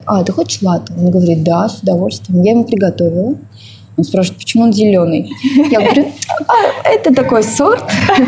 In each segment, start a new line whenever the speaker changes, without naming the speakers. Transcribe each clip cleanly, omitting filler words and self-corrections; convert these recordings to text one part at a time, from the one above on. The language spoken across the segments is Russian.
Ты хочешь латте? Он говорит, да, с удовольствием. Я ему приготовила. Он спрашивает, почему он зеленый? Я говорю, это такой сорт.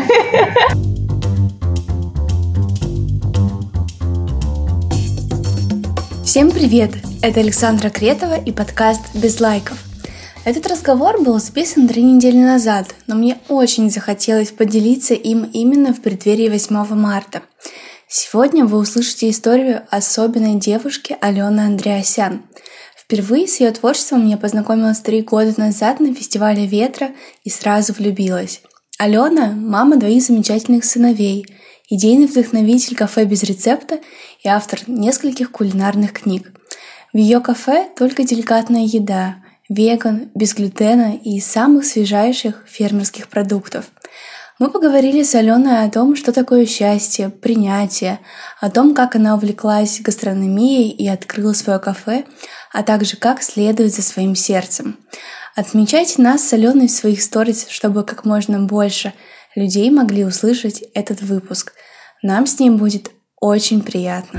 Всем привет! Это Александра Кретова и подкаст «Без лайков». Этот разговор был записан 3 недели назад, но мне очень захотелось поделиться им именно в преддверии 8 марта. Сегодня вы услышите историю особенной девушки Алены Андреасян. Впервые с ее творчеством я познакомилась 3 года назад на фестивале «Ветра» и сразу влюбилась. Алена – мама 2 замечательных сыновей, идейный вдохновитель кафе «Без рецепта» и автор нескольких кулинарных книг. В ее кафе только деликатная еда, веган, без глютена и из самых свежайших фермерских продуктов. Мы поговорили с Аленой о том, что такое счастье, принятие, о том, как она увлеклась гастрономией и открыла свое кафе, а также как следовать за своим сердцем. Отмечайте нас с Аленой в своих сторис, чтобы как можно больше людей могли услышать этот выпуск. Нам с ней будет очень приятно.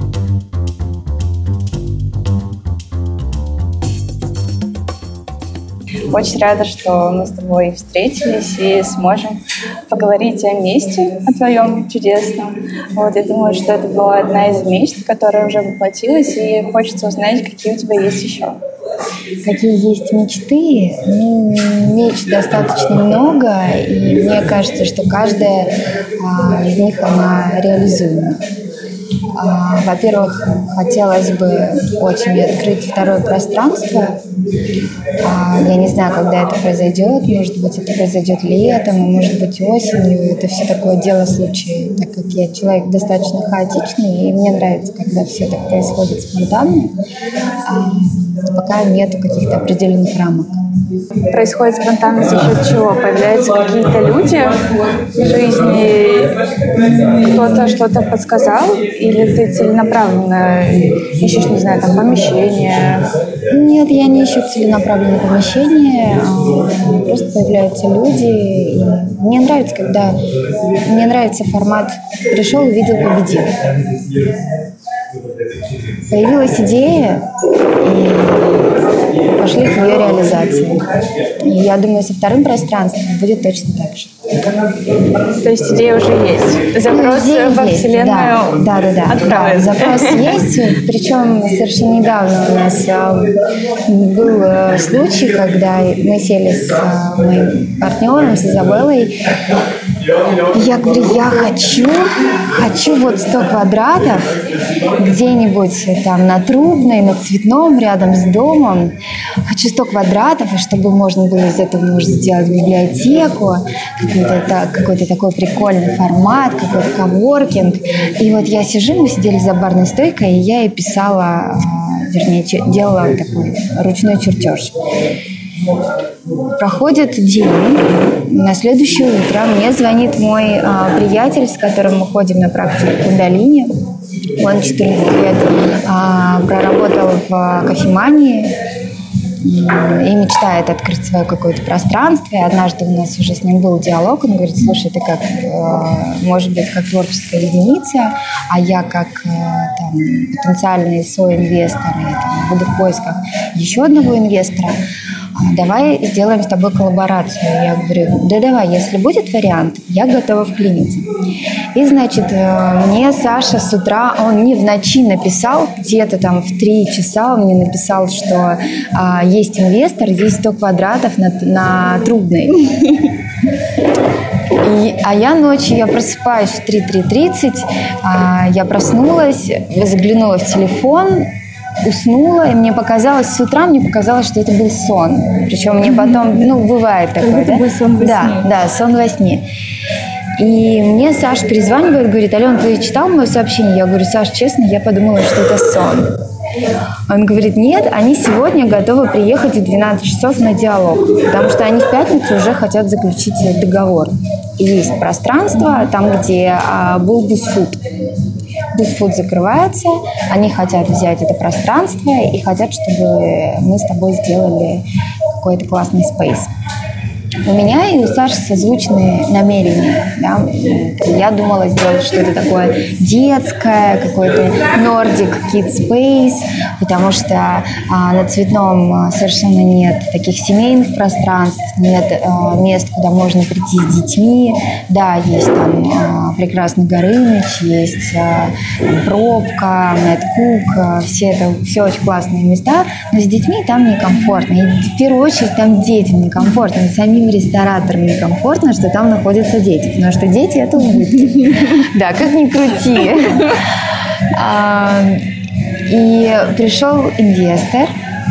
Очень рада, что мы с тобой встретились и сможем поговорить о месте, о твоем чудесном. Я думаю, что это была одна из мечт, которая уже воплотилась, и хочется узнать, какие у тебя есть еще.
Какие есть мечты? Мечт достаточно много, и мне кажется, что каждая из них, она реализуема. Во-первых, хотелось бы очень открыть второе пространство. Я не знаю, когда это произойдет. Может быть, это произойдет летом, а может быть, осенью. Это все такое дело случая, так как я человек достаточно хаотичный, и мне нравится, когда все так происходит спонтанно. Пока нету каких-то определенных рамок.
Происходит спонтанно за счет чего? Появляются какие-то люди в жизни, кто-то что-то подсказал, или ты целенаправленно ищешь, не знаю, там помещение?
Нет, я не ищу целенаправленное помещение, просто появляются люди. И мне нравится формат «пришел, увидел, победил». Появилась идея, и пошли к ее реализации. И я думаю, со вторым пространством будет точно так же.
То есть идея уже есть? Запрос во Вселенную
отправлен? Да, запрос есть. Причем совершенно недавно у нас был случай, когда мы сели с моим партнером, с Изабеллой. Я говорю, я хочу вот 100 квадратов где-нибудь там на Трубной, на Цветном, рядом с домом. Хочу 100 квадратов, и чтобы можно было из этого, может, сделать библиотеку, какой-то такой прикольный формат, какой-то коворкинг. И вот я сижу, мы сидели за барной стойкой, и я ей писала, делала такой ручной чертеж. Проходит день, на следующее утро мне звонит мой приятель, с которым мы ходим на практику кундалини. Он 14 лет проработал в кофемании и мечтает открыть свое какое-то пространство. И однажды у нас уже с ним был диалог. Он говорит, слушай, ты как, может быть, как творческая единица, а я как потенциальный соинвестор, и буду в поисках еще одного инвестора. Давай сделаем с тобой коллаборацию. Я говорю, да давай, если будет вариант, я готова вклиниться. И, значит, мне Саша с утра, он не в ночи написал, где-то там в 3 часа он мне написал, что есть инвестор, есть 100 квадратов на Трубной. А я ночью, я просыпаюсь в 3:30, я проснулась, заглянула в телефон, уснула, и мне показалось, с утра мне показалось, что это был сон. Причем мне потом, бывает такое, да?
Был сон во сне.
Да, сон во сне. И мне Саша перезванивает, говорит, Алена, ты читал мое сообщение? Я говорю, Саш, честно, я подумала, что это сон. Он говорит, нет, они сегодня готовы приехать в 12 часов на диалог, потому что они в пятницу уже хотят заключить договор. И есть пространство там, где был Бусфуд. Бусфуд закрывается, они хотят взять это пространство и хотят, чтобы мы с тобой сделали какой-то классный спейс. У меня и у Саши созвучные намерения. Да? Я думала сделать что-то такое детское, какой-то Nordic Kids Space, потому что на Цветном совершенно нет таких семейных пространств, нет мест, куда можно прийти с детьми. Да, есть там прекрасный Горыныч, есть Пробка, Мэтт Кук, все очень классные места, но с детьми там некомфортно. И в первую очередь там детям некомфортно, и самим рестораторам некомфортно, что там находятся дети, потому что дети – это убытки. Да, как ни крути. И пришел инвестор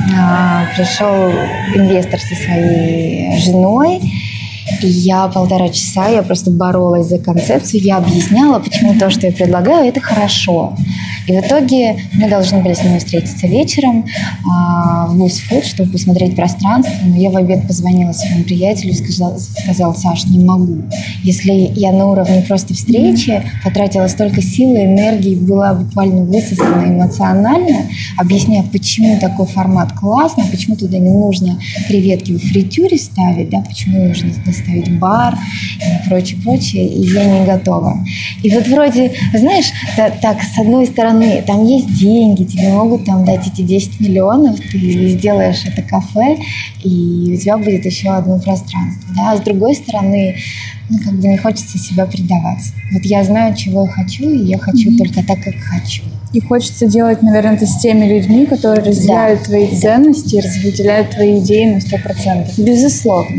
со своей женой, и я 1,5 часа, я просто боролась за концепцию, я объясняла, почему то, что я предлагаю, это хорошо. И в итоге мы должны были с ними встретиться вечером в Boost Food, чтобы посмотреть пространство. Но я в обед позвонила своему приятелю и сказала: Саш, не могу. Если я на уровне просто встречи потратила столько сил и энергии, была буквально высосана эмоционально, объясняя, почему такой формат классный, почему туда не нужно креветки в фритюре ставить, да, почему нужно ставить бар и прочее, и я не готова. И вот вроде, знаешь, так, с одной стороны, там есть деньги, тебе могут там дать эти 10 миллионов, ты сделаешь это кафе, и у тебя будет еще одно пространство. Да? А с другой стороны, как бы не хочется себя предавать. Вот я знаю, чего я хочу, и я хочу только так, как хочу.
И хочется делать, наверное, это с теми людьми, которые разделяют твои ценности, разделяют твои идеи на 100%.
Безусловно.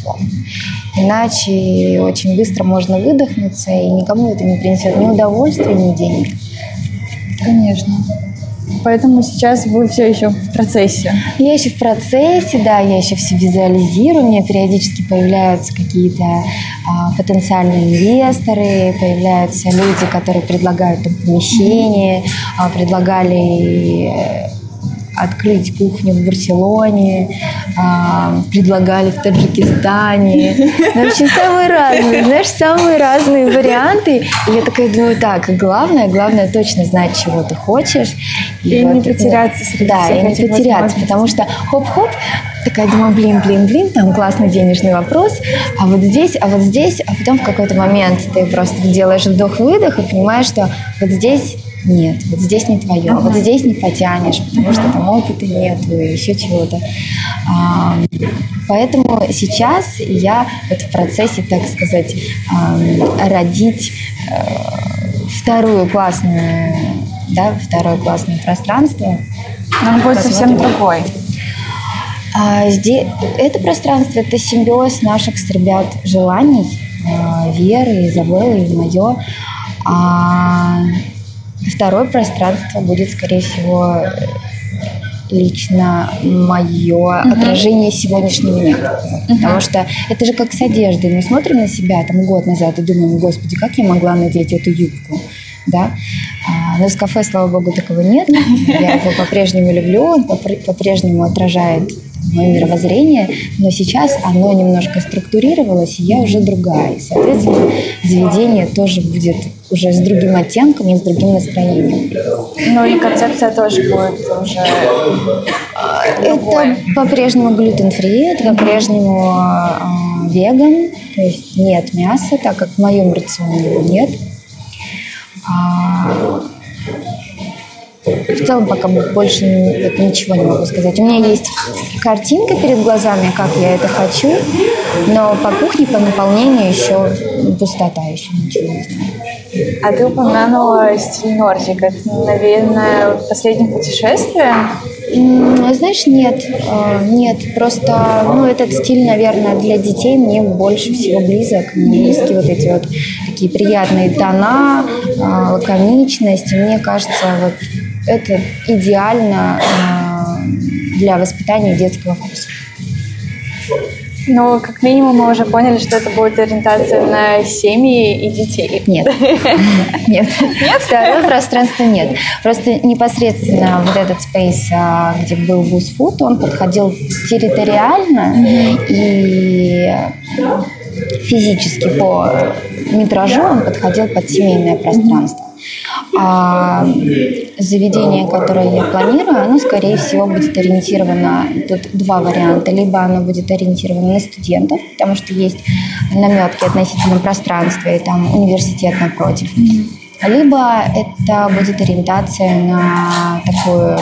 Иначе очень быстро можно выдохнуться, и никому это не принесет ни удовольствия, ни денег.
Конечно. Поэтому сейчас вы все еще в процессе.
Я еще в процессе, да, я еще все визуализирую. У меня периодически появляются какие-то потенциальные инвесторы, появляются люди, которые предлагают там помещение, предлагали открыть кухню в Барселоне, предлагали в Таджикистане. В общем, самые разные варианты. И я такая думаю, так, главное точно знать, чего ты хочешь.
И вот, не потеряться среди
да, и не потеряться, потому что хоп-хоп, такая думаю, блин, там классный денежный вопрос, а вот здесь, а потом в какой-то момент ты просто делаешь вдох-выдох и понимаешь, что вот здесь нет, вот здесь не твое, вот здесь не потянешь, потому что там опыта нет, еще чего-то. Поэтому сейчас я вот в процессе, так сказать, родить второе классное пространство.
Оно будет совсем другой.
Это пространство – это симбиоз наших с ребят желаний, Веры, Изабеллы и мое. Второе пространство будет, скорее всего, лично мое отражение сегодняшнего дня. Потому что это же как с одеждой. Мы смотрим на себя там год назад и думаем, господи, как я могла надеть эту юбку? Да? Но в кафе, слава богу, такого нет. Я его по-прежнему люблю, он по-прежнему отражает мое мировоззрение, но сейчас оно немножко структурировалось, и я уже другая. И, соответственно, заведение тоже будет уже с другим оттенком и с другим настроением.
Ну и концепция тоже будет уже
это по-прежнему глютен-фри, это по-прежнему веган, то есть нет мяса, так как в моем рационе его нет. В целом пока больше ничего не могу сказать. У меня есть картинка перед глазами, как я это хочу, но по кухне, по наполнению еще пустота, еще ничего не знаю.
А ты упомянула стиль нордик. Это, наверное, последнее путешествие?
Знаешь, нет, просто, этот стиль, наверное, для детей мне больше всего близок. Мне близки вот эти вот такие приятные тона, лаконичность. И мне кажется, вот это идеально для воспитания детского вкуса.
Ну, как минимум, мы уже поняли, что это будет ориентация на семьи и детей.
Нет. Второе пространство нет. Просто непосредственно вот этот спейс, где был Boost Food, он подходил территориально и физически по метражу он подходил под семейное пространство. А заведение, которое я планирую, оно, скорее всего, будет ориентировано, тут два варианта. Либо оно будет ориентировано на студентов, потому что есть наметки относительно пространства, и там университет напротив. Либо это будет ориентация на такую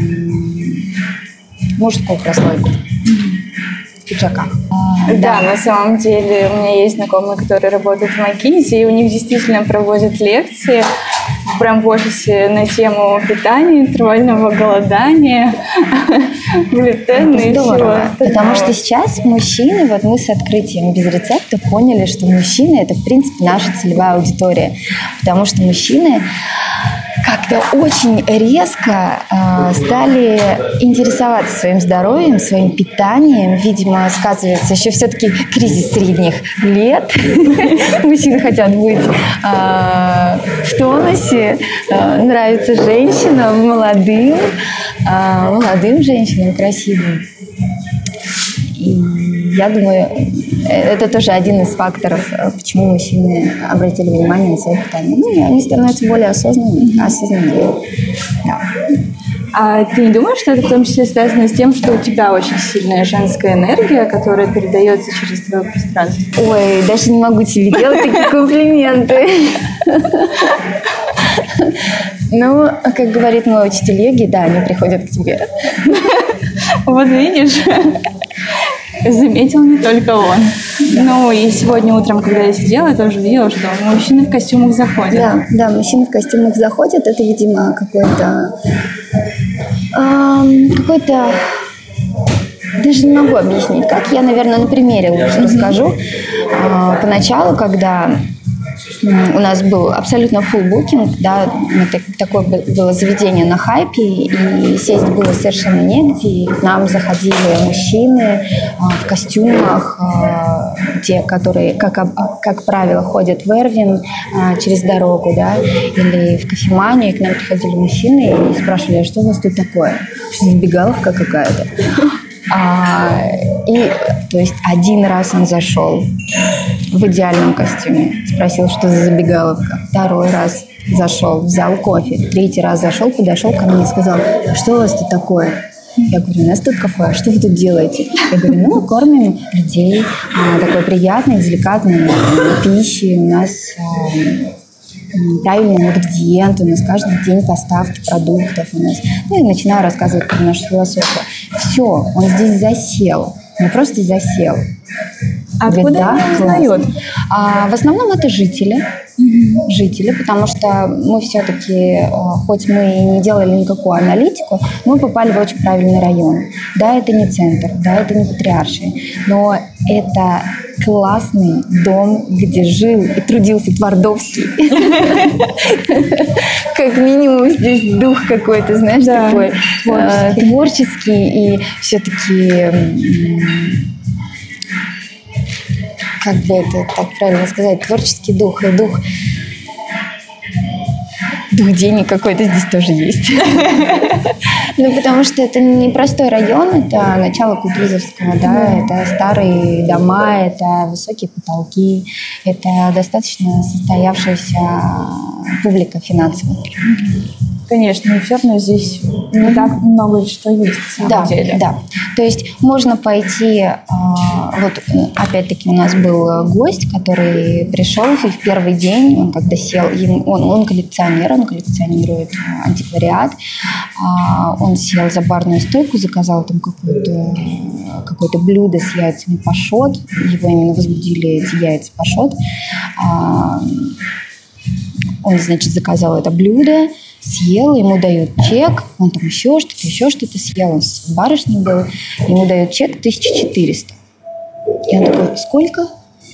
мужскую прослойку в пиджаках.
Да, на самом деле у меня есть знакомые, которые работают в McKinsey, и у них действительно проводят лекции прям в офисе на тему питания, интервального голодания, глютена и всего остального.
Потому что сейчас мужчины, вот мы с открытием без рецепта поняли, что мужчины – это, в принципе, наша целевая аудитория. Потому что мужчины как-то очень резко стали интересоваться своим здоровьем, своим питанием. Видимо, сказывается еще все-таки кризис средних лет. Мужчины хотят быть в тонусе, нравится женщинам, молодым женщинам, красивым. И я думаю, это тоже один из факторов, почему мужчины обратили внимание на свое питание. Ну, они становятся более осознанными. Да.
А ты не думаешь, что это в том числе связано с тем, что у тебя очень сильная женская энергия, которая передается через твое пространство?
Ой, даже не могу тебе делать такие комплименты. Ну, как говорит мой учитель йоги, да, они приходят к тебе.
Вот видишь, заметил не только он. Ну и сегодня утром, когда я сидела, я тоже видела, что мужчины в костюмах заходят.
Да, мужчины в костюмах заходят. Это, видимо, какой-то... Даже не могу объяснить, как. Я, наверное, на примере лучше расскажу. Поначалу, когда у нас был абсолютно full booking, да, такое было заведение на хайпе, и сесть было совершенно негде, и к нам заходили мужчины в костюмах, те, которые, как правило, ходят в Эрвин через дорогу, да, или в кофеманию, и к нам приходили мужчины и спрашивали, а что у вас тут такое? Что, забегаловка какая-то? То есть один раз он зашел в идеальном костюме, спросил, что за забегаловка. Второй раз зашел, взял кофе. Третий раз зашел, подошел ко мне и сказал, что у вас тут такое? Я говорю, у нас тут кафе, а что вы тут делаете? Я говорю, мы кормим людей такой приятной, деликатной пищей. У нас правильные ингредиенты, у нас каждый день поставки продуктов у нас. Ну и начинаю рассказывать про нашу философию. Все, он здесь засел. Он просто засел.
Откуда они узнают?
В основном это жители. Жители, потому что мы все-таки, хоть мы и не делали никакую аналитику, мы попали в очень правильный район. Да, это не центр, да, это не Патриаршие, но это классный дом, где жил и трудился Твардовский. Как минимум здесь дух какой-то, знаешь, такой творческий и все-таки... Как бы это так правильно сказать, творческий дух и дух денег какой-то здесь тоже есть. Ну, потому что это не простой район, это начало Кутузовского, да, это старые дома, это высокие потолки, это достаточно состоявшаяся публика финансовая.
Конечно, и все равно здесь не так много что есть на самом деле.
Да. То есть можно пойти, вот опять-таки у нас был гость, который пришел, и в первый день, он когда сел, он коллекционер, он коллекционирует антиквариат, он сел за барную стойку, заказал там какое-то блюдо с яйцами пашот, его именно возбудили эти яйца пашот. Он, значит, заказал это блюдо, съел, ему дают чек, он там еще что-то съел, он с барышней был, ему дают чек 1400. И он такой, сколько?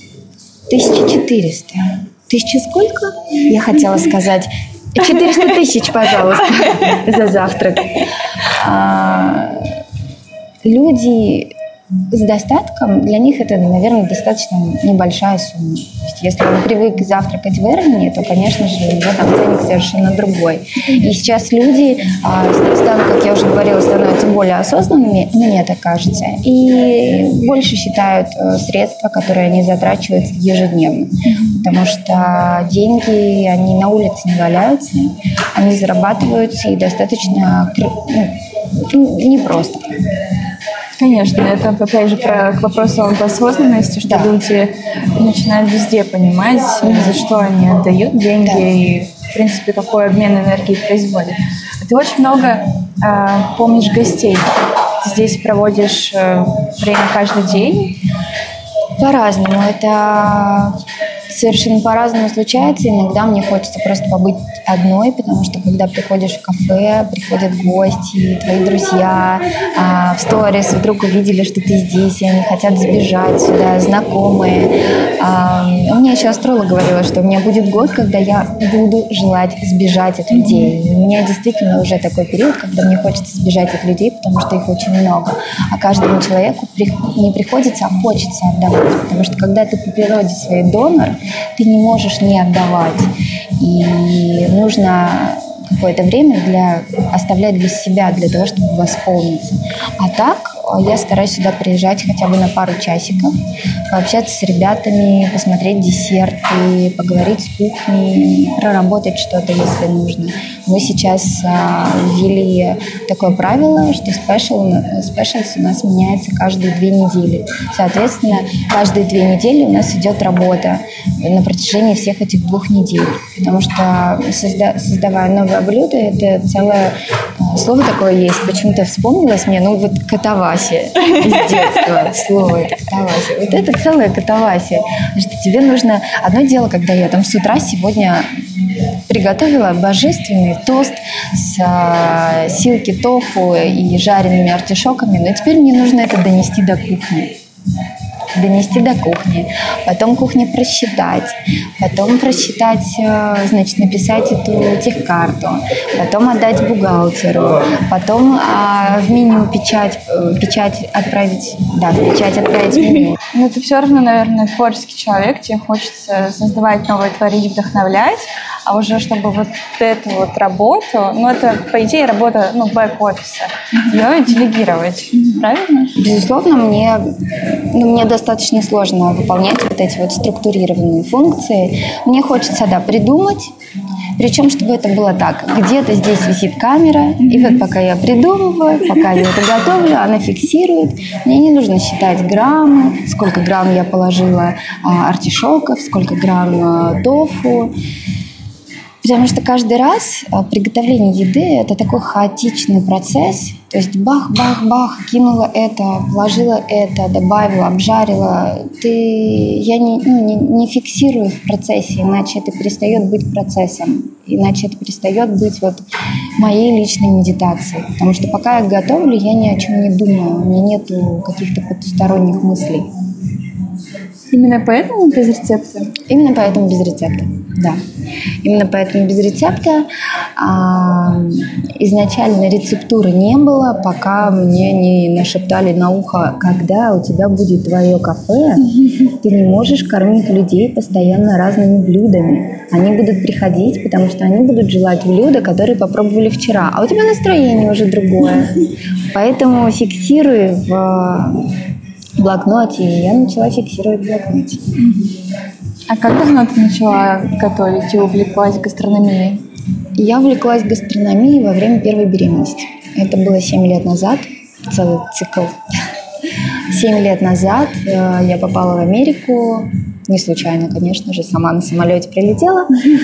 1400. 1000 сколько? Я хотела сказать, 400 тысяч, пожалуйста, за завтрак. Люди с достатком для них это, наверное, достаточно небольшая сумма. То есть, если он привык завтракать в Эрвине, то, конечно же, у него там ценник совершенно другой. И сейчас люди, как я уже говорила, становятся более осознанными, мне так кажется, и больше считают средства, которые они затрачивают ежедневно. Потому что деньги, они на улице не валяются, они зарабатываются и достаточно непросто.
Конечно, это опять же к вопросу об осознанности, что люди начинают везде понимать, за что они отдают деньги и, в принципе, какой обмен энергией производят. Ты очень много помнишь гостей. Ты здесь проводишь время каждый день?
По-разному. Это совершенно по-разному случается. Иногда мне хочется просто побыть одной, потому что когда приходишь в кафе, приходят гости, твои друзья, в сторис вдруг увидели, что ты здесь, и они хотят сбежать сюда, знакомые. У меня еще астролог говорила, что у меня будет год, когда я буду желать сбежать от людей. И у меня действительно уже такой период, когда мне хочется сбежать от людей, потому что их очень много. А каждому человеку не приходится, а хочется отдавать. Потому что когда ты по природе своей донор, ты не можешь не отдавать. И нужно какое-то время оставлять для себя, для того, чтобы восполниться. А так я стараюсь сюда приезжать хотя бы на пару часиков, пообщаться с ребятами, посмотреть десерты, поговорить с кухней, проработать что-то, если нужно. Мы сейчас ввели такое правило, что спешлс у нас меняется каждые 2 недели. Соответственно, каждые 2 недели у нас идет работа на протяжении всех этих 2 недель. Потому что, создавая новое блюдо, это целое слово такое есть. Почему-то вспомнилось мне, катавасия из детства. Слово это катавасия. Вот это целая катавасия. Потому что тебе нужно... Одно дело, когда я там с утра сегодня приготовила божественный тост с силки тофу и жареными артишоками, но теперь мне нужно это донести до кухни. Потом кухню просчитать, значит, написать эту техкарту, потом отдать бухгалтеру, потом в меню печать отправить меню.
Но ты все равно, наверное, творческий человек, тебе хочется создавать новое, творить, вдохновлять, а уже чтобы вот эту вот работу, это, по идее, работа, бэк-офиса, ее делегировать, правильно?
Безусловно, мне достаточно сложно выполнять вот эти вот структурированные функции. Мне хочется, придумать, причем, чтобы это было так. Где-то здесь висит камера, и вот пока я придумываю, пока я это готовлю, она фиксирует. Мне не нужно считать граммы, сколько грамм я положила артишоков, сколько грамм тофу. Потому что каждый раз приготовление еды – это такой хаотичный процесс. То есть бах-бах-бах, кинула это, вложила это, добавила, обжарила. Я не фиксирую в процессе, иначе это перестает быть процессом. Иначе это перестает быть моей личной медитацией. Потому что пока я готовлю, я ни о чем не думаю. У меня нету каких-то потусторонних мыслей.
Именно поэтому без рецепта?
Именно поэтому без рецепта, да. Именно поэтому без рецепта. Изначально рецептуры не было, пока мне не нашептали на ухо, когда у тебя будет твое кафе, ты не можешь кормить людей постоянно разными блюдами. Они будут приходить, потому что они будут желать блюда, которые попробовали вчера, а у тебя настроение уже другое. Поэтому фиксируй в блокноте, и я начала фиксировать в блокноте.
А как давно ты начала готовить и увлеклась гастрономией?
Я увлеклась гастрономией во время первой беременности. Это было 7 лет назад, целый цикл. 7 лет назад я попала в Америку, не случайно, конечно же, сама на самолете прилетела.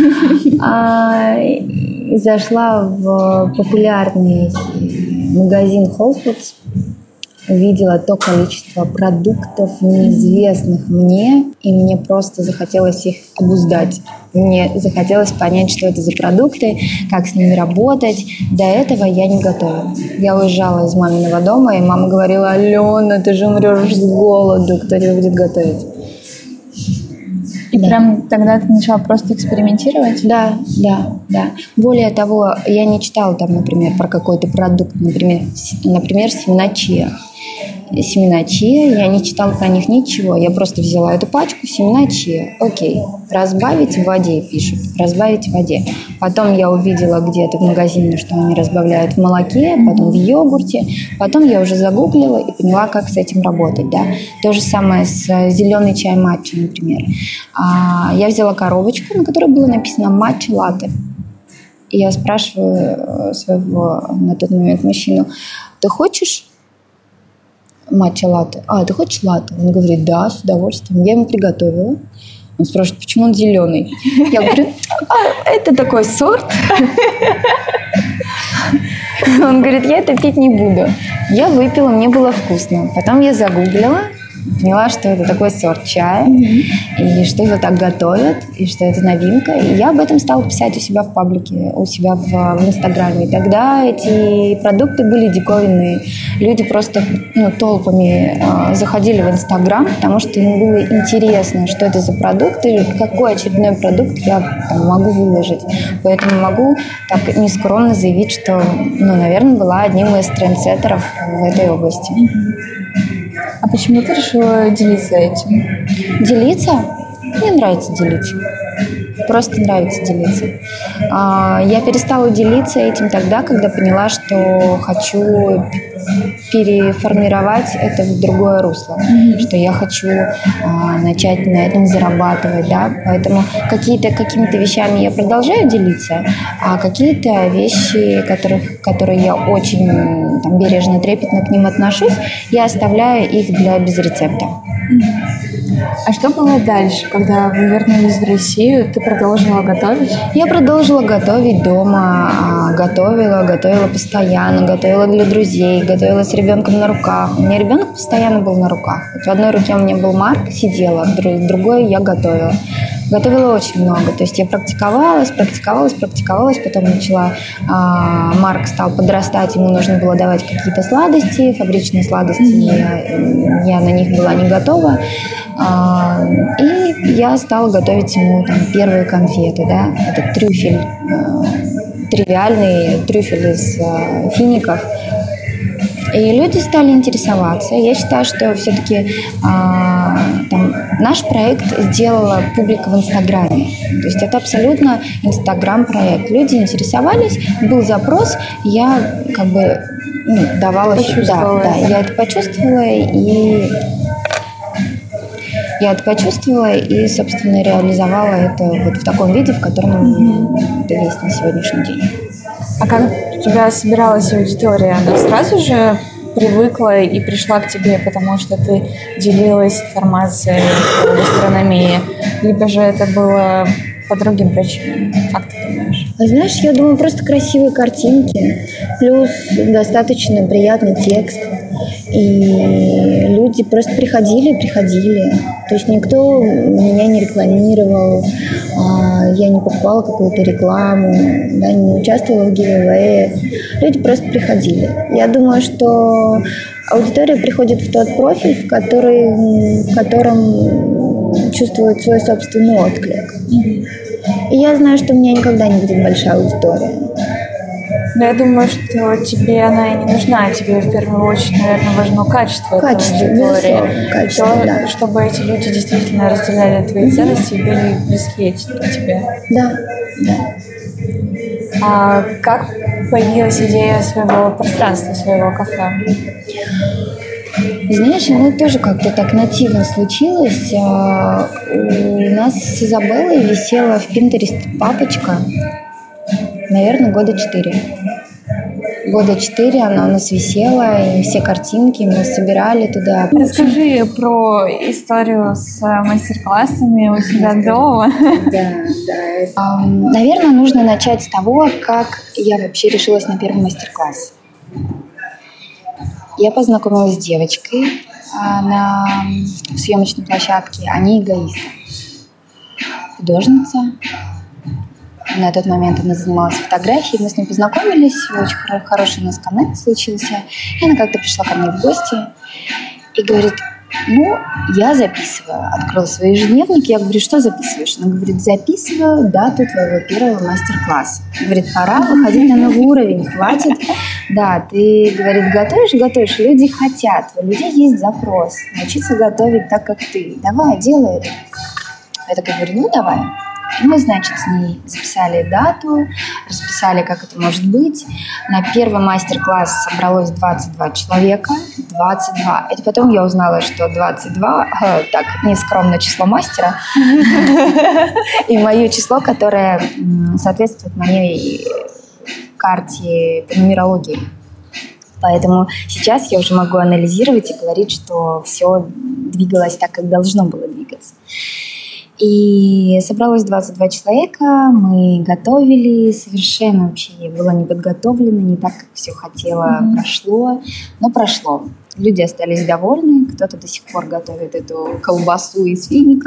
Зашла в популярный магазин Whole Foods, увидела то количество продуктов, неизвестных мне, и мне просто захотелось их обуздать. Мне захотелось понять, что это за продукты, как с ними работать. До этого я не готовила. Я уезжала из маминого дома, и мама говорила: «Алена, ты же умрешь с голоду, кто тебе будет готовить?»
И прям тогда ты начала просто экспериментировать?
Да. Более того, я не читала там, например, про какой-то продукт, например, семена чиа. семена чиа. Я не читала про них ничего. Я просто взяла эту пачку, семена чиа. Окей. Разбавить в воде, пишут. Разбавить в воде. Потом я увидела где-то в магазине, что они разбавляют в молоке, потом в йогурте. Потом я уже загуглила и поняла, как с этим работать. Да? То же самое с зеленый чай матча, например. Я взяла коробочку, на которой было написано матча латте. И я спрашиваю своего на тот момент мужчину: ты хочешь матча латте? Ты хочешь латте? Он говорит: да, с удовольствием. Я ему приготовила. Он спрашивает: почему он зеленый? Я говорю: это такой сорт. Он говорит: я это пить не буду. Я выпила, мне было вкусно. Потом я загуглила, поняла, что это такой сорт чая, и что его так готовят, и что это новинка. И я об этом стала писать у себя в паблике, у себя в Инстаграме. И тогда эти продукты были диковинные. Люди просто толпами заходили в Инстаграм, потому что им было интересно, что это за продукт и какой очередной продукт я могу выложить. Поэтому могу так нескромно заявить, что, наверное, была одним из трендсеттеров в этой области.
А почему ты решила делиться этим?
Делиться? Мне нравится делиться. Просто нравится делиться. Я перестала делиться этим тогда, когда поняла, что хочу переформировать это в другое русло, что я хочу начать на этом зарабатывать, да, поэтому какими-то вещами я продолжаю делиться, а какие-то вещи, которые я очень бережно, трепетно к ним отношусь, я оставляю их для без рецепта.
А что было дальше, когда вы вернулись в Россию? Ты продолжила готовить?
Я продолжила готовить дома, готовила постоянно, готовила для друзей, готовила с ребенком на руках. У меня ребенок постоянно был на руках. Вот в одной руке у меня был Марк, сидела, в другой я готовила. Готовила очень много. То есть я практиковалась, потом начала... Марк стал подрастать, ему нужно было давать какие-то сладости, фабричные сладости, я на них была не готова. И я стала готовить ему первые конфеты, да, это трюфель, тривиальный трюфель из фиников. И люди стали интересоваться. Я считаю, что все-таки наш проект сделала публика в Инстаграме. То есть это абсолютно Инстаграм-проект. Люди интересовались, был запрос, я давала... Да, я это почувствовала и, собственно, реализовала это вот в таком виде, в котором это есть на сегодняшний день.
А как у тебя собиралась аудитория? Она сразу же привыкла и пришла к тебе, потому что ты делилась информацией о гастрономии? Либо же это было по другим причинам? Как ты думаешь?
Знаешь, я думаю, просто красивые картинки, плюс достаточно приятный текст. И люди просто приходили. То есть никто меня не рекламировал, я не покупала какую-то рекламу, да, не участвовала в гивэвэе. Люди просто приходили. Я думаю, что аудитория приходит в тот профиль, в котором чувствует свой собственный отклик. И я знаю, что у меня никогда не будет большая аудитория.
Но я думаю, что тебе она и не нужна. Тебе в первую очередь, наверное, важно качество этой аудитории.
Качество, да.
Чтобы эти люди действительно разделяли твои ценности и были близки к тебе.
Да.
А как появилась идея своего пространства, своего кафе?
Знаешь, оно тоже как-то так нативно случилось. У нас с Изабеллой висела в Pinterest папочка, наверное, года 4. Года 4 она у нас висела, и все картинки мы собирали туда.
Расскажи про историю с мастер-классами у себя дома.
Да. Наверное, нужно начать с того, как я вообще решилась на первый мастер-класс. Я познакомилась с девочкой на съемочной площадке. Они эгоисты. Художница. На тот момент она занималась фотографией. Мы с ней познакомились. Очень хороший у нас коннект случился. И она как-то пришла ко мне в гости и говорит: Ну, я записываю. Открыла свой ежедневник, я говорю, что записываешь? Она говорит, записываю дату твоего первого мастер-класса. Говорит, пора выходить на новый уровень, хватит. Да, ты, говорит, готовишь, люди хотят, у людей есть запрос, научиться готовить так, как ты. Давай, делай это. Я такая говорю, ну, давай. И мы, значит, с ней записали дату, расписали, как это может быть. На первый мастер-класс собралось 22 человека. 22. Это потом я узнала, что 22, так, нескромное число мастера. И мое число, которое соответствует моей карте по нумерологии. Поэтому сейчас я уже могу анализировать и говорить, что все двигалось так, как должно было двигаться. И собралось 22 человека, мы готовили, совершенно вообще я была не подготовлена, не так, как все хотела, прошло, но прошло. Люди остались довольны, кто-то до сих пор готовит эту колбасу из финика.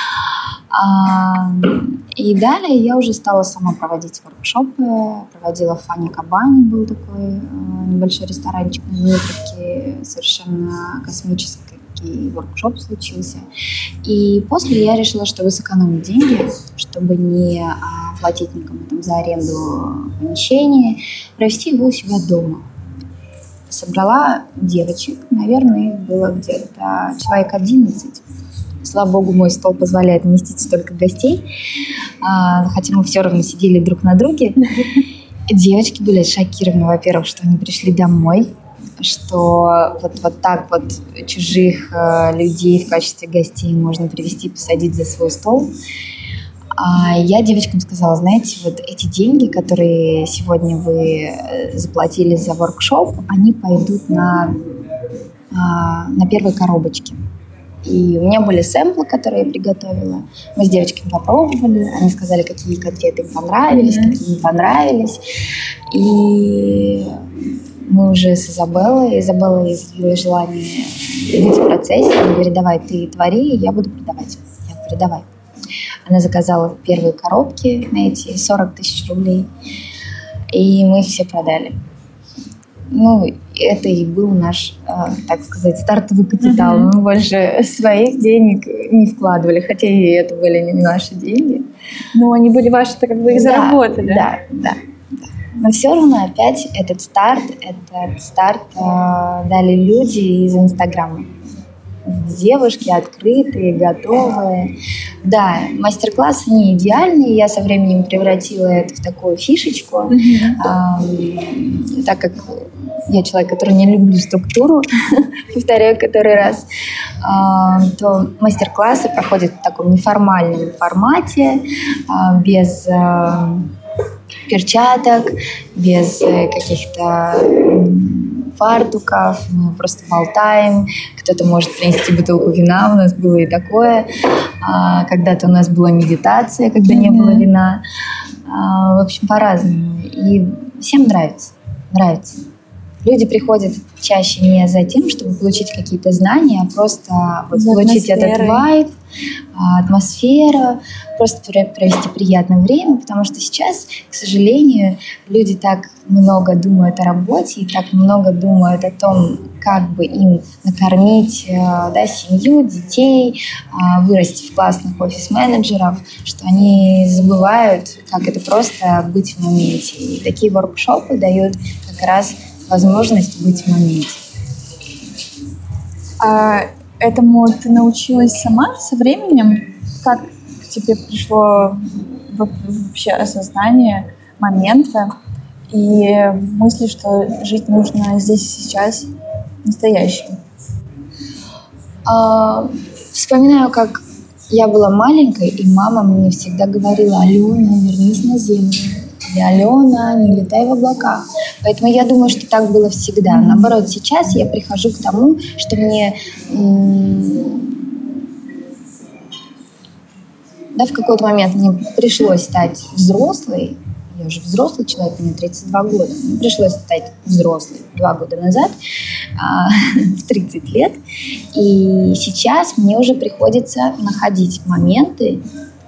И далее я уже стала сама проводить воркшопы, проводила в Фане Кабани, был такой небольшой ресторанчик на Дмитровке, совершенно космический воркшоп случился. И после я решила, чтобы сэкономить деньги, чтобы не платить никому там за аренду помещения, провести его у себя дома. Собрала девочек, наверное, их было где-то человек 11. Слава богу, мой стол позволяет вместить столько гостей, хотя мы все равно сидели друг на друге. Девочки были шокированы, во-первых, что они пришли домой, что вот так вот чужих людей в качестве гостей можно привести, посадить за свой стол. Я девочкам сказала, знаете, вот эти деньги, которые сегодня вы заплатили за воркшоп, они пойдут на первые коробочки. И у меня были сэмплы, которые я приготовила. Мы с девочками попробовали. Они сказали, какие котлеты им понравились, какие не понравились. И мы уже с Изабеллой изъявила желание быть в процессе. Она говорит, давай, ты твори, я буду продавать. Я говорю, давай. Она заказала первые коробки на эти 40 тысяч рублей. И мы их все продали. Ну, это и был наш, так сказать, стартовый капитал. Мы больше своих денег не вкладывали, хотя и это были не наши деньги.
Но они были ваши-то, как бы их заработали.
Да. Но все равно опять этот старт дали люди из Инстаграма. Девушки открытые, готовые. Да, мастер-классы не идеальные. Я со временем превратила это в такую фишечку. Так как я человек, который не люблю структуру, повторяю который раз, то мастер-классы проходят в таком неформальном формате, без перчаток, без каких-то фартуков, мы просто болтаем, кто-то может принести бутылку вина, у нас было и такое, когда-то у нас была медитация, когда не было вина, в общем, по-разному, и всем нравится. Люди приходят чаще не за тем, чтобы получить какие-то знания, а просто вот получить этот вайб, атмосферу, просто провести приятное время, потому что сейчас, к сожалению, люди так много думают о работе и так много думают о том, как бы им накормить семью, детей, вырасти в классных офис-менеджеров, что они забывают, как это просто быть в моменте. И такие воркшопы дают как раз возможность быть в моменте.
Этому ты научилась сама со временем? Как к тебе пришло вообще осознание момента и мысли, что жить нужно здесь и сейчас настоящим?
Вспоминаю, как я была маленькой, и мама мне всегда говорила: Алена, вернись на землю. Или Алена, не летай в облаках. Поэтому я думаю, что так было всегда. Наоборот, сейчас я прихожу к тому, что мне в какой-то момент мне пришлось стать взрослой. Я уже взрослый человек, мне 32 года. Мне пришлось стать взрослой 2 года назад, в 30 лет. И сейчас мне уже приходится находить моменты,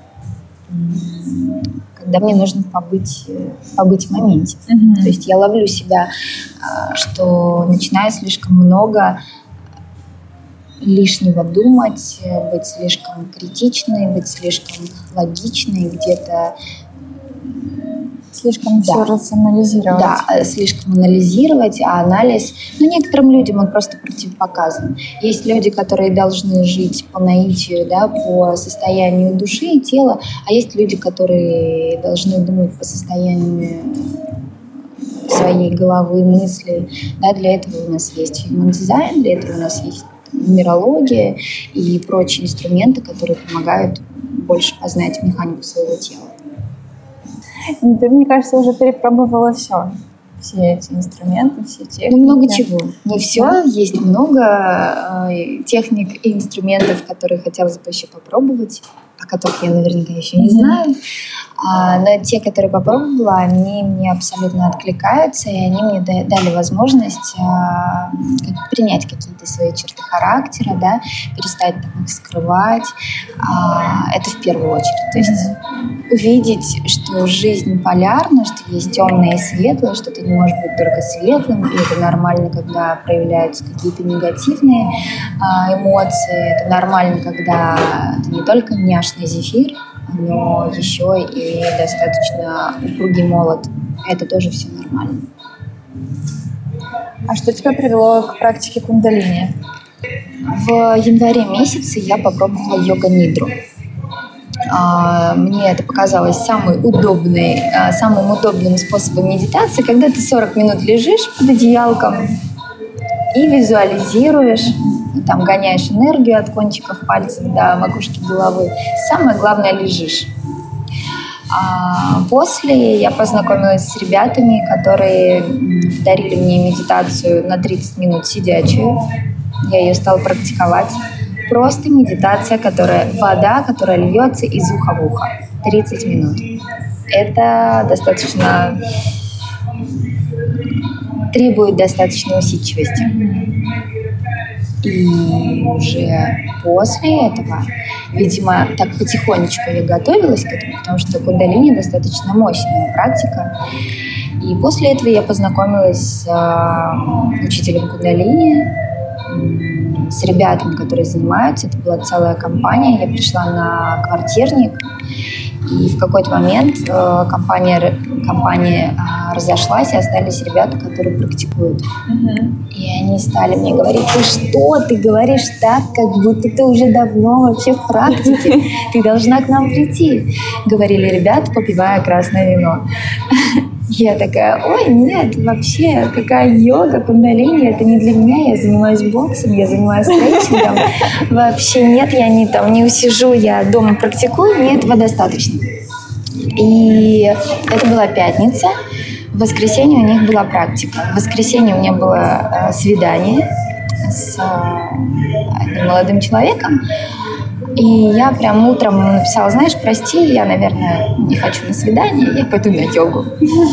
когда мне нужно побыть в моменте. То есть я ловлю себя, что начинаю слишком много лишнего думать, быть слишком критичной, быть слишком логичной, где-то
слишком все рационализировать.
Да, слишком анализировать, а анализ, некоторым людям он просто противопоказан. Есть люди, которые должны жить по наитию, да, по состоянию души и тела, а есть люди, которые должны думать по состоянию своей головы, мыслей. Да, для этого у нас есть human design, для этого у нас есть нумерология и прочие инструменты, которые помогают больше познать механику своего тела.
Ты, мне кажется, уже перепробовала все эти инструменты, все техники.
Много чего. Не все. Есть много техник и инструментов, которые хотелось бы еще попробовать, о которых я наверняка еще не знаю. Но те, которые попробовала, они мне абсолютно откликаются, и они мне дали возможность принять какие-то свои черты характера, да, перестать их скрывать. Это в первую очередь. То есть увидеть, что жизнь полярна, что есть темное и светлое, что ты не можешь быть только светлым, и это нормально, когда проявляются какие-то негативные эмоции. Это нормально, когда ты не только няшный зефир, но еще и достаточно упругий молот. Это тоже все нормально.
А что тебя привело к практике кундалини?
В январе месяце я попробовала йога-нидру. Мне это показалось самым удобным способом медитации, когда ты 40 минут лежишь под одеялком и визуализируешь, там гоняешь энергию от кончиков пальцев до макушки головы. Самое главное, лежишь. После я познакомилась с ребятами, которые дарили мне медитацию на 30 минут сидячую. Я ее стала практиковать. Просто медитация, вода, которая льется из уха в ухо. 30 минут. Это требует достаточной усидчивости. И уже после этого, видимо, так потихонечку я готовилась к этому, потому что кундалини достаточно мощная практика. И после этого я познакомилась с учителем кундалини, с ребятами, которые занимаются. Это была целая компания. Я пришла на квартирник, и в какой-то момент компания разошлась, и остались ребята, которые практикуют. И они стали мне говорить: ты говоришь так, как будто ты уже давно вообще в практике, ты должна к нам прийти, говорили ребята, попивая красное вино. Я такая: ой, нет, вообще, какая йога, кундалини, это не для меня, я занимаюсь боксом, я занимаюсь стретчингом, вообще нет, я не усижу, я дома практикую, мне этого достаточно. И это была пятница, в воскресенье у них была практика, в воскресенье у меня было свидание с одним молодым человеком. И я прям утром написала: знаешь, прости, я, наверное, не хочу на свидание, я пойду на йогу.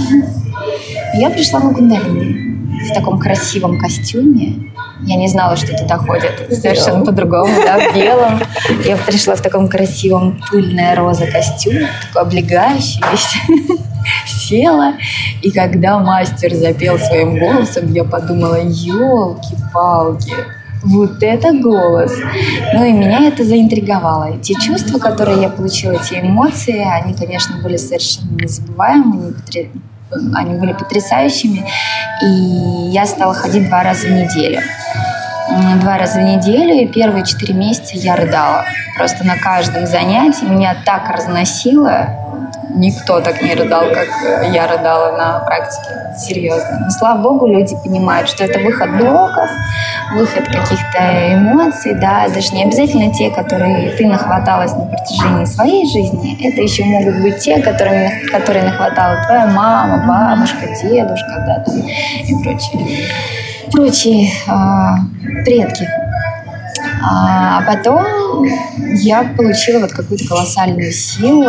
Я пришла на кундалини в таком красивом костюме. Я не знала, что туда ходят совершенно по-другому, да, в белом. Я пришла в таком красивом пыльная роза костюм, такой облегающий весь. Села, и когда мастер запел своим голосом, я подумала: елки-палки, вот это голос. И меня это заинтриговало. И те чувства, которые я получила, те эмоции, они, конечно, были совершенно незабываемыми, они были потрясающими. И я стала ходить 2 раза в неделю. 2 раза в неделю, и первые 4 месяца я рыдала. Просто на каждом занятии меня так разносило. Никто так не рыдал, как я рыдала на практике. Серьезно. Но, слава богу, люди понимают, что это выход блоков, выход каких-то эмоций, да, даже не обязательно те, которые ты нахваталась на протяжении своей жизни. Это еще могут быть те, которые нахватала твоя мама, бабушка, дедушка, да, там, и прочие предки. А потом я получила вот какую-то колоссальную силу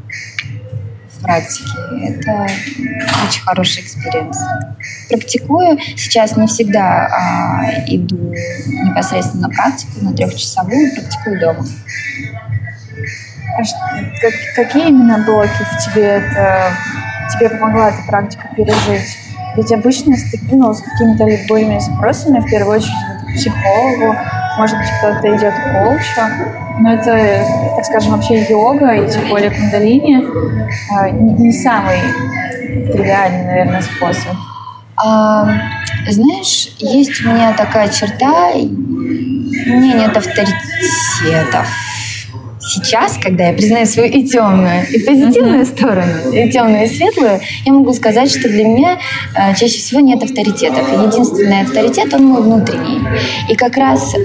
в практике. Это очень хороший экспириенс. Практикую. Сейчас не всегда иду непосредственно на практику, на 3-часовую, практикую дома.
Какие именно блоки тебе помогла эта практика пережить? Ведь обычно с какими-то любыми запросами, в первую очередь, к психологу, может быть, кто-то идет к коучу, но это, так скажем, вообще йога и тем более кундалини не самый тривиальный, наверное, способ.
Знаешь, есть у меня такая черта, у меня нет авторитетов. Сейчас, когда я признаю свою и темную, и позитивную сторону, и темную, и светлую, я могу сказать, что для меня чаще всего нет авторитетов. И единственный авторитет, он мой внутренний. И как раз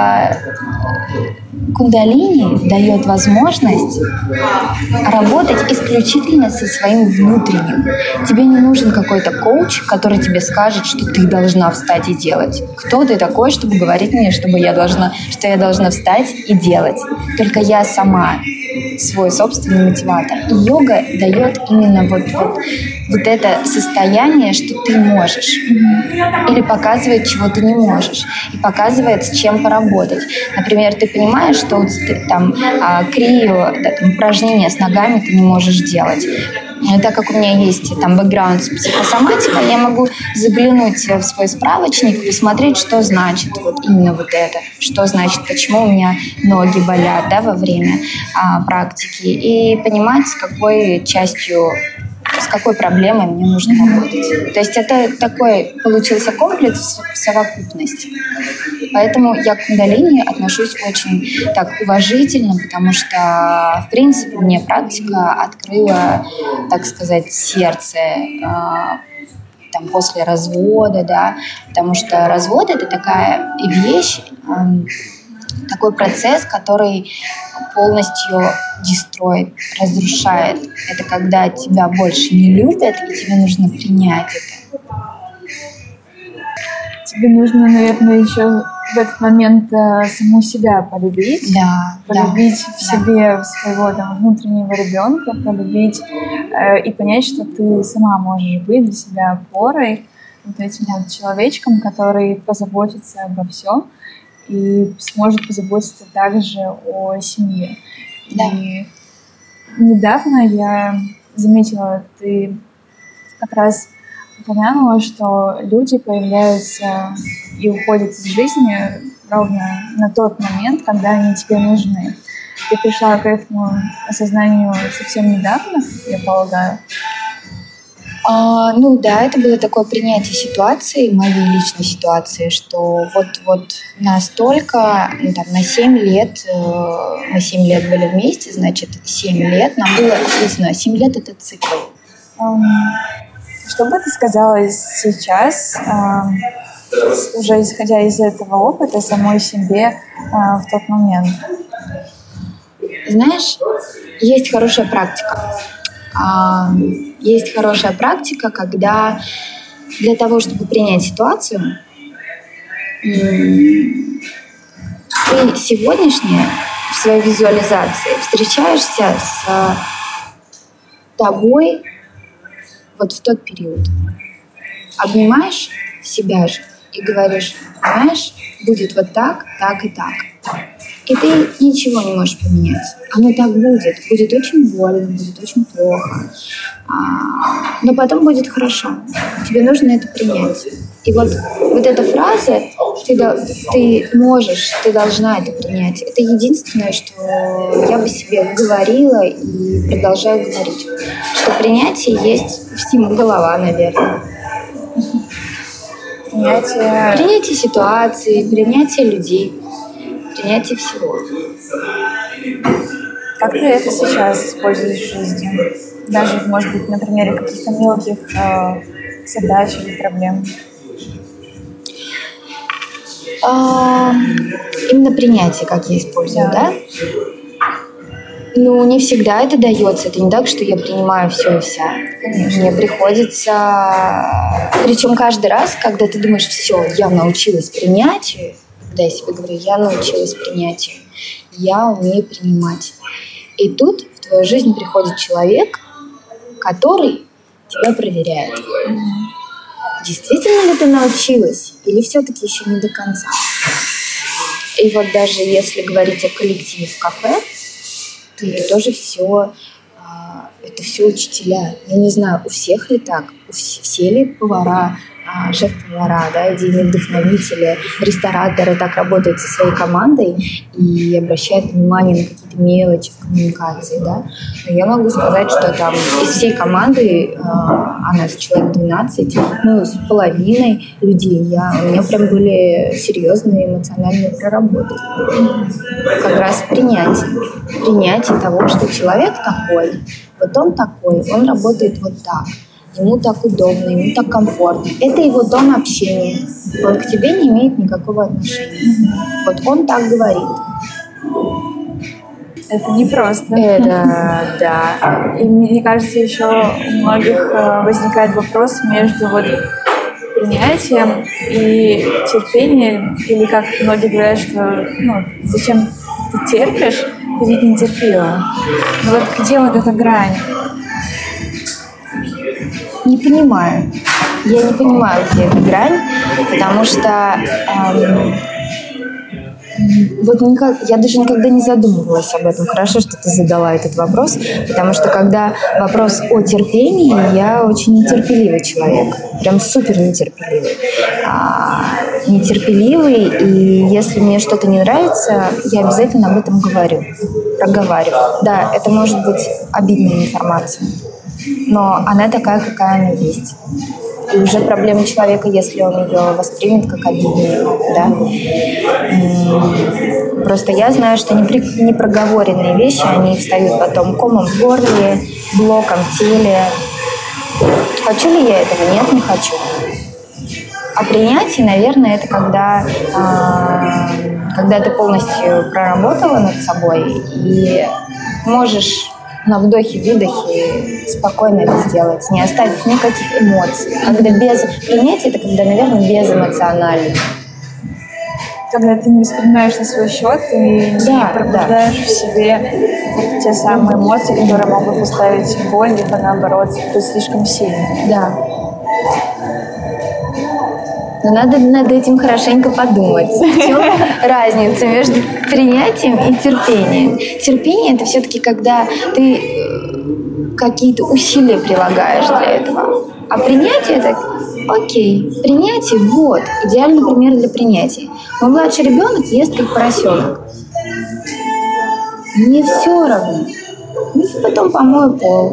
кундалини дает возможность работать исключительно со своим внутренним. Тебе не нужен какой-то коуч, который тебе скажет, что ты должна встать и делать. Кто ты такой, чтобы говорить мне, что я должна встать и делать? Только я сама свой собственный мотиватор. И йога дает именно вот это состояние, что ты можешь. Или показывает, чего ты не можешь. И показывает, с чем поработать. Например, ты понимаешь, что там крию, упражнения с ногами ты не можешь делать. И так как у меня есть там бэкграунд с психосоматикой, я могу заглянуть в свой справочник и посмотреть, что значит именно это, что значит, почему у меня ноги болят, да, во время практики, и понимать, с какой проблемой мне нужно работать. То есть это такой получился комплекс в совокупности. Поэтому я к кундалини отношусь очень так уважительно, потому что, в принципе, мне практика открыла, так сказать, сердце там, после развода, да, потому что развод — это такая вещь, такой процесс, который полностью дестроит, разрушает. Это когда тебя больше не любят, и тебе нужно принять это.
Тебе нужно, наверное, еще в этот момент саму себя полюбить.
Да,
полюбить в себе своего внутреннего ребенка, полюбить и понять, что ты сама можешь быть для себя опорой, этим человечком, который позаботится обо всем и сможет позаботиться также о семье.
Да.
И недавно я заметила, ты как раз упомянула, что люди появляются и уходят из жизни ровно на тот момент, когда они тебе нужны. Ты пришла к этому осознанию совсем недавно, я полагаю.
Это было такое принятие ситуации, моей личной ситуации, что вот настолько, на 7 лет, мы 7 лет были вместе, значит, 7 лет нам было ответственно. 7 лет — это цикл.
Что бы ты сказала сейчас, уже исходя из этого опыта, самой себе в тот момент?
Знаешь, есть хорошая практика. Есть хорошая практика, когда для того, чтобы принять ситуацию, ты сегодняшнее в своей визуализации встречаешься с тобой в тот период. Обнимаешь себя же и говоришь: понимаешь, будет так, так и так. И ты ничего не можешь поменять. Оно так будет. Будет очень больно, будет очень плохо. Но потом будет хорошо. Тебе нужно это принять. И вот эта фраза «ты можешь, ты должна это принять» — это единственное, что я бы себе говорила и продолжаю говорить. Что принятие есть всему голова, наверное. Принятие ситуации, принятие людей, принятие всего.
Как ты это сейчас используешь в жизни? Даже, может быть, на примере каких-то мелких задач или проблем?
Именно принятие, как я использую, да? Не всегда это дается. Это не так, что я принимаю все и вся. Конечно. Мне приходится... Причем каждый раз, когда ты думаешь: все, я научилась принятию, когда я себе говорю: я научилась принятию, я умею принимать. И тут в твою жизнь приходит человек, который тебя проверяет. Действительно ли ты научилась? Или все-таки еще не до конца? И даже если говорить о коллективе в кафе, то это тоже все, это все учителя. Я не знаю, у всех ли так, все ли повара шеф-повара, да, идейные вдохновители, рестораторы так работают со своей командой и обращают внимание на какие-то мелочи в коммуникации, да. Но я могу сказать, что там из всей команды, а нас человек 12, ну, с половиной людей, у меня прям были серьезные эмоциональные проработки. Как раз принятие того, что человек такой, вот он такой, он работает вот так. Ему так удобно, ему так комфортно. Это его тон общения. Он к тебе не имеет никакого отношения. Вот он так говорит.
Это непросто.
Это, да.
И мне кажется, еще у многих возникает вопрос между вот принятием и терпением. Или как многие говорят, что зачем ты терпишь, ты ведь не терпила. Но вот где вот эта грань?
Не понимаю. Я не понимаю, где эта грань, потому что я даже никогда не задумывалась об этом. Хорошо, что ты задала этот вопрос, потому что когда вопрос о терпении, я очень нетерпеливый человек. Прям супер нетерпеливый. Нетерпеливый, и если мне что-то не нравится, я обязательно об этом проговариваю. Да, это может быть обидная информация, но она такая, какая она есть. И уже проблема человека, если он ее воспримет как обидную, да. Просто я знаю, что непроговоренные вещи, они встают потом комом в горле, блоком в теле. Хочу ли я этого? Нет, не хочу. А принятие, наверное, это когда ты полностью проработала над собой и можешь на вдохе-выдохе спокойно это сделать, не оставив никаких эмоций. Когда без принятия, это когда, наверное, безэмоционально.
Когда ты не воспринимаешь на свой счет и не пробуждаешь в себе те самые эмоции, которые могут поставить боль, либо наоборот быть слишком сильными.
Да. Но надо над этим хорошенько подумать. В чем разница между принятием и терпением? Терпение – это все-таки когда ты какие-то усилия прилагаешь для этого. А принятие – это окей, принятие – вот, идеальный пример для принятия. Мой младший ребенок ест как поросенок. Мне все равно. Потом помою пол,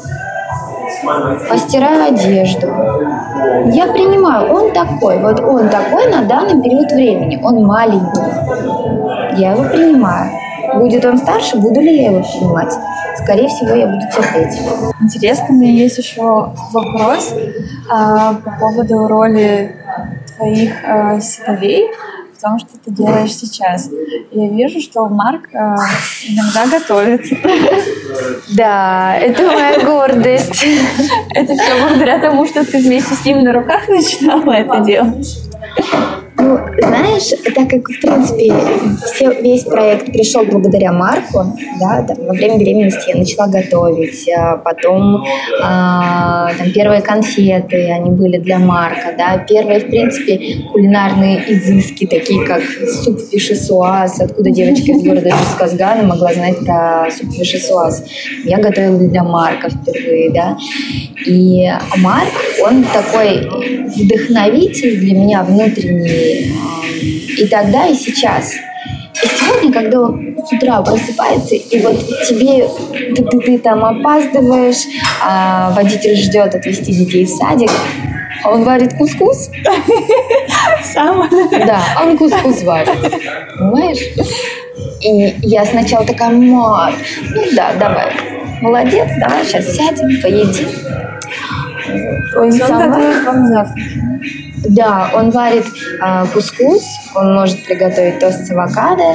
постираю одежду. Я принимаю, он такой на данный период времени, он маленький. Я его принимаю. Будет он старше, буду ли я его принимать? Скорее всего, я буду терпеть.
Интересно, у меня есть еще вопрос по поводу роли твоих сыновей в том, что ты делаешь сейчас. Я вижу, что Марк иногда готовит.
Да, это моя гордость.
Это все благодаря тому, что ты вместе с ним на руках начинала это делать.
Ну, знаешь, так как, в принципе, весь проект пришел благодаря Марку, да, там, во время беременности я начала готовить, потом там, первые конфеты, они были для Марка, да, первые, в принципе, кулинарные изыски, такие как суп вишесуаз, откуда девочка из города Жусказгана могла знать про суп вишесуаз. Я готовила для Марка впервые, да, и Марк, он такой вдохновитель для меня внутренний, и тогда, и сейчас. И сегодня, когда он с утра просыпается, и вот тебе, ты там опаздываешь, а водитель ждет отвезти детей в садик, а он варит кускус.
Сам?
Да, он кускус варит. Понимаешь? И я сначала такая, Марк, ну да, давай, молодец, давай сейчас сядем, поедим.
Он готовит вам завтрак.
Да, он варит кускус, он может приготовить тост с авокадо,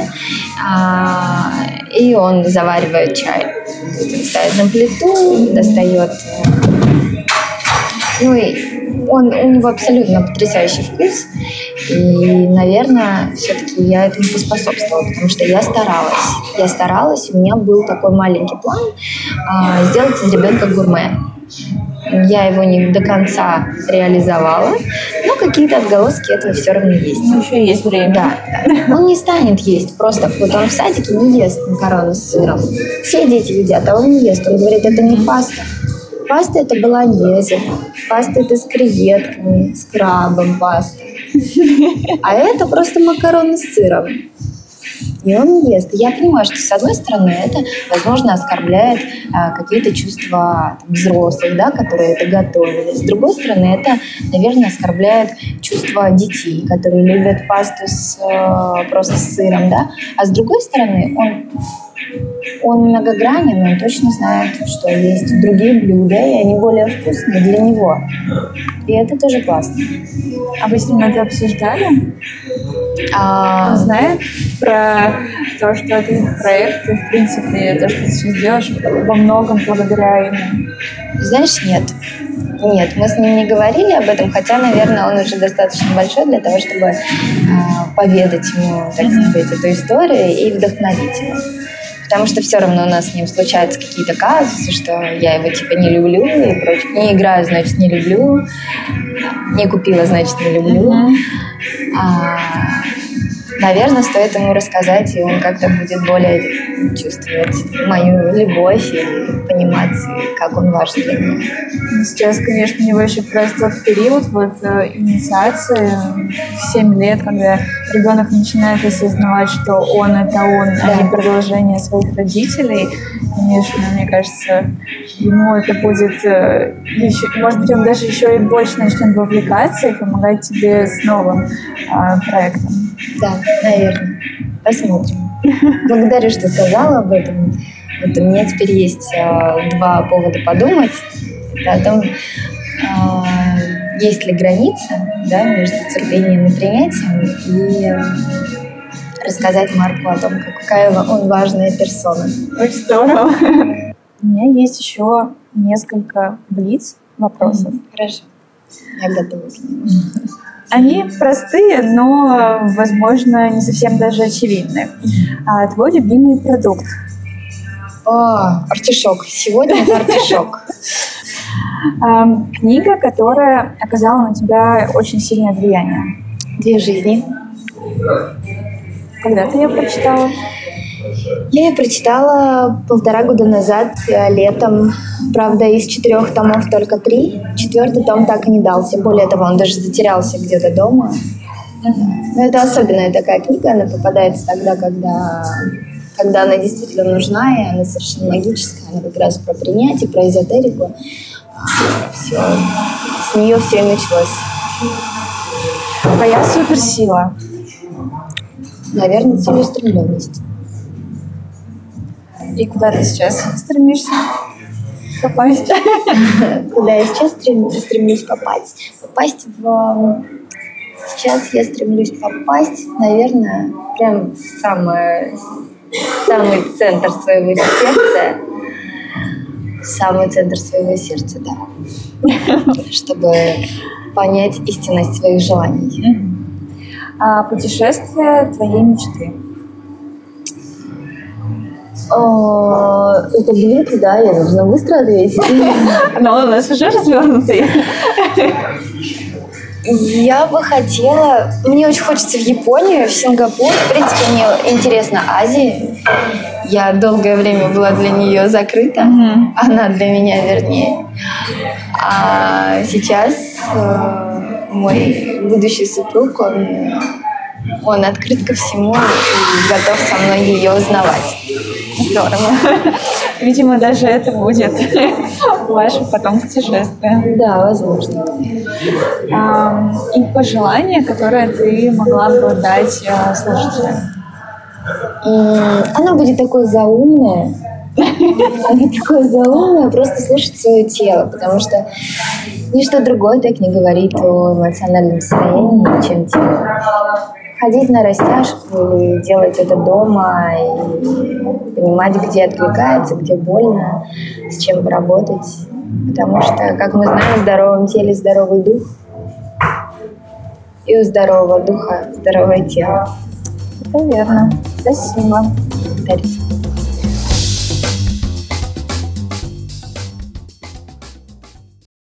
и он заваривает чай. Ставит на плиту, достает. Ну и у него абсолютно потрясающий вкус. И, наверное, все-таки я этому поспособствовала, потому что я старалась. Я старалась, у меня был такой маленький план сделать из ребенка гурме. Я его не до конца реализовала, но какие-то отголоски этого все равно есть.
Ну, еще есть время.
Да. Он не станет есть. Просто вот он в садике не ест макароны с сыром. Все дети едят, а он не ест. Он говорит, это не паста. Паста это болоньезе, паста это с креветками, с крабом паста. А это просто макароны с сыром. И он ест. И я понимаю, что с одной стороны это, возможно, оскорбляет какие-то чувства взрослых, да, которые это готовили. С другой стороны, это, наверное, оскорбляет чувства детей, которые любят пасту просто с сыром, да. А с другой стороны, он многогранен, он точно знает, что есть другие блюда, и они более вкусные для него. И это тоже классно.
А вы с ним это обсуждали? Он знает про то, что этот проект, и, в принципе, то, что ты сейчас делаешь, во многом благодаря ему?
Знаешь, нет. Нет, мы с ним не говорили об этом, хотя, наверное, он уже достаточно большой для того, чтобы поведать ему, так сказать, эту историю и вдохновить его. Потому что все равно у нас с ним случаются какие-то казусы, что я его типа не люблю и прочее. Не играю, значит, не люблю. Не купила, значит, не люблю. Наверное, стоит ему рассказать, и он как-то будет более чувствовать мою любовь и понимать, как он важен для меня.
Сейчас, конечно, у него еще просто тот период инициации в 7 лет, когда ребенок начинает осознавать, что он это он, а не продолжение своих родителей. Конечно, мне кажется, ему это будет еще, может быть, он даже еще и больше начнет вовлекаться и помогать тебе с новым проектом.
Да, наверное. Посмотрим. Благодарю, что сказала об этом. Вот у меня теперь есть 2 повода подумать о том, есть ли граница, да, между терпением и принятием, и рассказать Марку о том, какая он важная персона.
Очень здорово. У меня есть еще несколько блиц-вопросов.
Хорошо. Я готова к ним.
Они простые, но, возможно, не совсем даже очевидны. Твой любимый продукт?
Артишок. Сегодня это артишок.
Книга, которая оказала на тебя очень сильное влияние?
«2 жизни».
Когда ты ее прочитала?
Я ее прочитала 1,5 года назад, летом. Правда, из 4 томов только 3. 4-й том так и не дался. Более того, он даже затерялся где-то дома. Но это особенная такая книга. Она попадается тогда, когда она действительно нужна, и она совершенно магическая. Она как раз про принятие, про эзотерику. Все. С нее все и началось.
Твоя суперсила?
Наверное, целеустремленность.
И куда ты сейчас стремишься попасть?
Куда я сейчас стремлюсь попасть? Сейчас я стремлюсь попасть, наверное, прям в самый центр своего сердца. Самый центр своего сердца, да. Чтобы понять истинность своих желаний.
Путешествие твоей мечты?
Это блиц, да, я должна быстро ответить.
Но у нас уже развернутый.
Я бы хотела... Мне очень хочется в Японию, в Сингапур. В принципе, мне интересна Азия. Я долгое время была для нее закрыта. Она для меня, вернее. А сейчас мой будущий супруг, он открыт ко всему и готов со мной ее узнавать.
Здорово. Видимо, даже это будет ваше потом путешествие.
Да, возможно.
И пожелание, которое ты могла бы дать слушателям?
Оно будет такое заумное. Оно такое заумное, просто слушать свое тело, потому что ничто другое так не говорит о эмоциональном состоянии, чем тело. Ходить на растяжку или делать это дома и понимать, где откликается, где больно, с чем поработать. Потому что, как мы знаем, в здоровом теле здоровый дух, и у здорового духа здоровое тело.
Это верно. Спасибо.
Благодарю.